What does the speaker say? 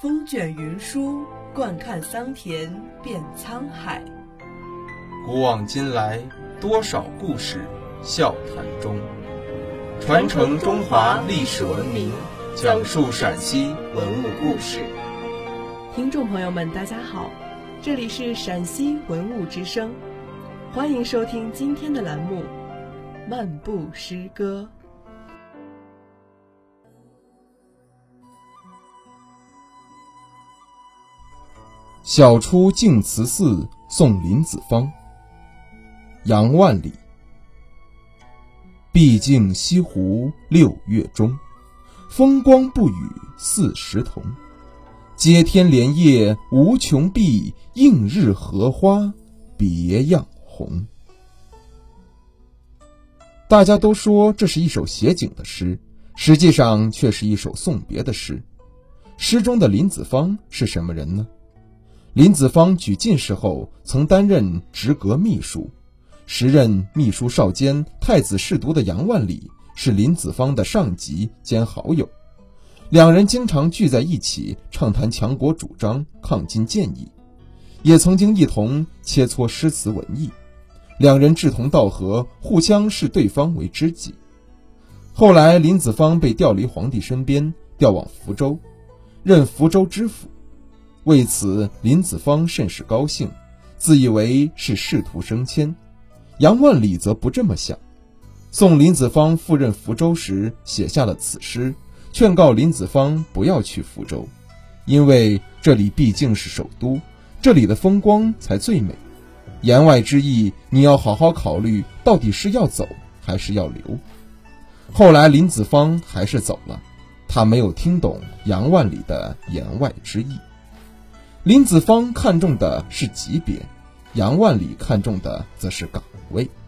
风卷云舒，惯看桑田变沧海。 古往今来，多少故事笑谈中。传承中华历史文明，讲述陕西文物故事。 听众朋友们，大家好，这里是陕西文物之声，欢迎收听今天的栏目《漫步诗歌》。 晓出净慈寺送林子方。杨万里。毕竟西湖6月中，风光不与40同。接天莲叶无穷碧，映日荷花别样红。大家都说这是一首写景的诗，实际上却是一首送别的诗。诗中的林子方是什么人呢？林子方举进士后曾担任直阁秘书，时任秘书少监太子侍读的杨万里是林子方的上级兼好友，两人经常聚在一起畅谈强国主张、抗金建议，也曾经一同切磋诗词文艺，两人志同道合，互相视对方为知己。后来林子方被调离皇帝身边，调往福州，任福州知府。为此林子方甚是高兴，自以为是仕途升迁。杨万里则不这么想，送林子方赴任福州时写下了此诗，劝告林子方不要去福州，因为这里毕竟是首都，这里的风光才最美。言外之意，你要好好考虑到底是要走还是要留。后来林子方还是走了，他没有听懂杨万里的言外之意。林子方看重的是级别，杨万里看重的则是岗位。